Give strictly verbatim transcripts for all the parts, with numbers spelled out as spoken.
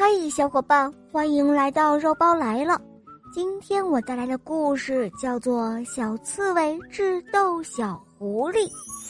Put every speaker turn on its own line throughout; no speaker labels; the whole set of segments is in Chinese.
嗨，小伙伴，欢迎来到肉包来了。今天我带来的故事叫做《小刺猬智斗小狐狸》。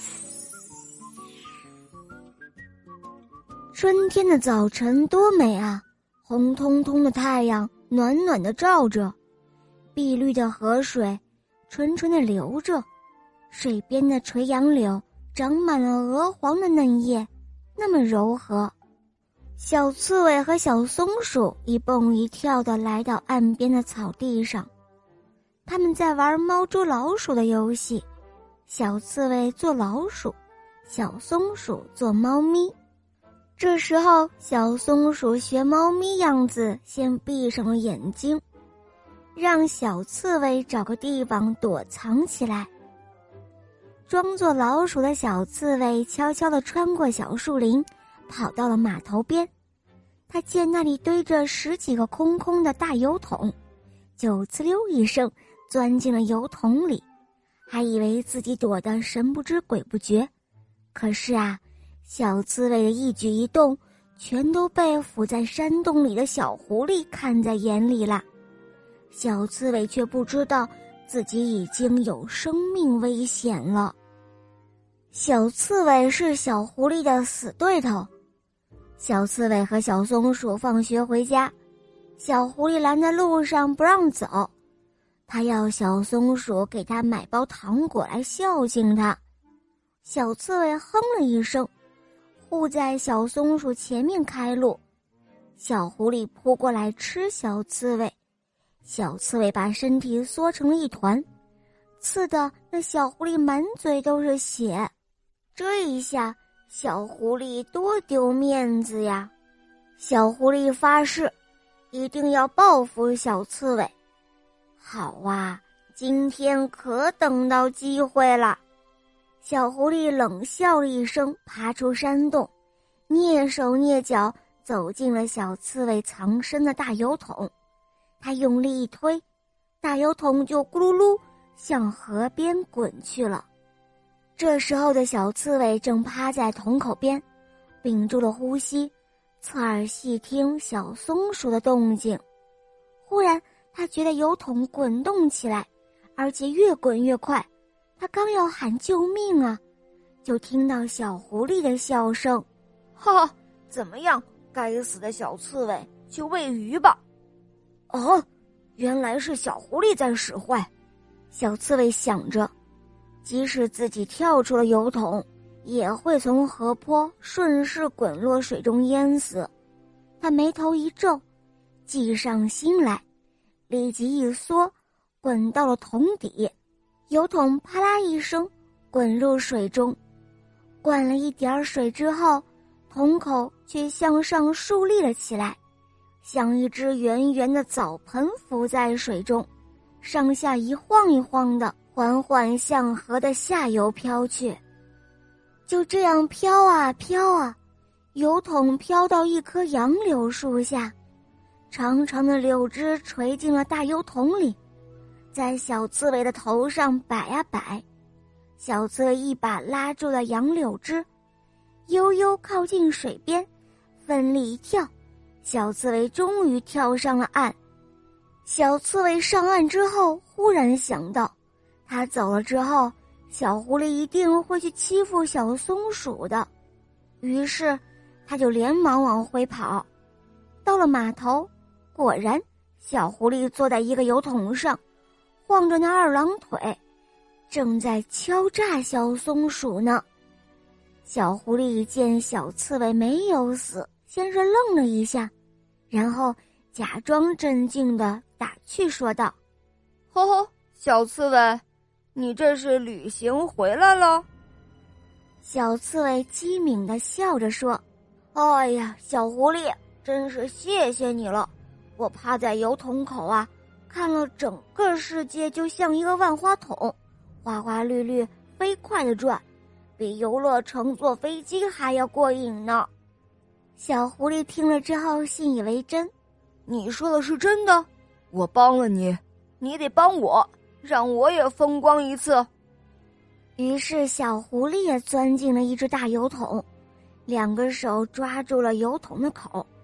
春天的早晨多美啊，红彤彤的太阳暖暖的照着，碧绿的河水纯纯的流着，水边的垂杨柳长满了鹅黄的嫩叶，那么柔和。小刺猬和小松鼠一蹦一跳地来到岸边的草地上，他们在玩猫捉老鼠的游戏，小刺猬做老鼠，小松鼠做猫咪。这时候小松鼠学猫咪样子，先闭上了眼睛，让小刺猬找个地方躲藏起来。装作老鼠的小刺猬悄悄地穿过小树林，跑到了码头边。他见那里堆着十几个空空的大油桶，就呲溜一声钻进了油桶里，还以为自己躲得神不知鬼不觉。可是啊，小刺猬的一举一动全都被伏在山洞里的小狐狸看在眼里了。小刺猬却不知道自己已经有生命危险了。小刺猬是小狐狸的死对头。小刺猬和小松鼠放学回家，小狐狸拦在路上不让走，他要小松鼠给他买包糖果来孝敬他。小刺猬哼了一声，护在小松鼠前面开路。小狐狸扑过来吃小刺猬，小刺猬把身体缩成了一团，刺得那小狐狸满嘴都是血。这一下小狐狸多丢面子呀！小狐狸发誓，一定要报复小刺猬。好啊，今天可等到机会了。小狐狸冷笑了一声，爬出山洞，蹑手蹑脚走进了小刺猬藏身的大油桶。他用力一推，大油桶就咕噜噜向河边滚去了。这时候的小刺猬正趴在桶口边，屏住了呼吸，侧耳细听小松鼠的动静。忽然他觉得油桶滚动起来，而且越滚越快。他刚要喊救命啊，就听到小狐狸的笑声：
哈哈，怎么样，该死的小刺猬，去喂鱼吧。哦，原来是小狐狸在使坏。
小刺猬想着，即使自己跳出了油桶，也会从河坡顺势滚落水中淹死。他眉头一皱，计上心来，立即一缩，滚到了桶底。油桶啪啦一声滚入水中，灌了一点水之后，桶口却向上竖立了起来，像一只圆圆的澡盆浮在水中，上下一晃一晃的缓缓向河的下游飘去。就这样飘啊飘啊，油桶飘到一棵杨柳树下，长长的柳枝垂进了大油桶里，在小刺猬的头上摆呀摆。小刺猬一把拉住了杨柳枝，悠悠靠近水边，奋力一跳，小刺猬终于跳上了岸。小刺猬上岸之后，忽然想到，他走了之后，小狐狸一定会去欺负小松鼠的，于是他就连忙往回跑。到了码头，果然小狐狸坐在一个油桶上，晃着那二郎腿，正在敲诈小松鼠呢。小狐狸见小刺猬没有死，先是愣了一下，然后假装镇静地打趣说道：
吼吼，小刺猬，你这是旅行回来了？
小刺猬机敏地笑着说：哎呀，小狐狸，真是谢谢你了。我趴在油桶口啊，看了整个世界，就像一个万花筒，花花绿绿，飞快地转，比游乐城坐飞机还要过瘾呢。小狐狸听了之后信以为真：
你说的是真的？我帮了你，你得帮我，让我也风光一次。
于是小狐狸也钻进了一只大油桶，两个手抓住了油桶的口，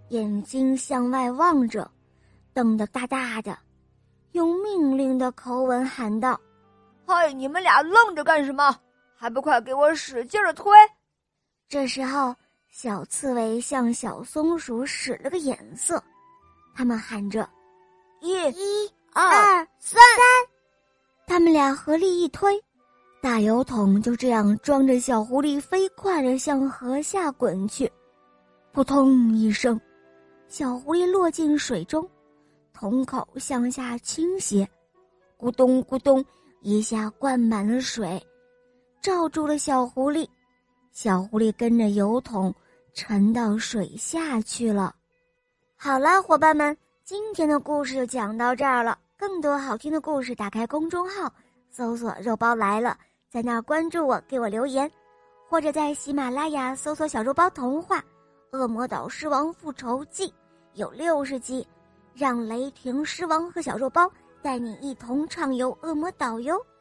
眼睛向外望着，瞪得大大的，用命令的口吻喊道：“
嗨，你们俩愣着干什么？还不快给我使劲的推！”
这时候，小刺猬向小松鼠使了个眼色，他们喊着：“
一、
一、
二、三！”
他们俩合力一推，大油桶就这样装着小狐狸飞快地向河下滚去。扑通一声，小狐狸落进水中，桶口向下倾斜，咕咚咕咚一下灌满了水，罩住了小狐狸。小狐狸跟着油桶沉到水下去了。好了，伙伴们，今天的故事就讲到这儿了。更多好听的故事，打开公众号搜索肉包来了，在那儿关注我，给我留言，或者在喜马拉雅搜索小肉包童话《恶魔岛狮王复仇记》，有六十集，让雷霆狮王和小肉包带你一同畅游恶魔岛哟。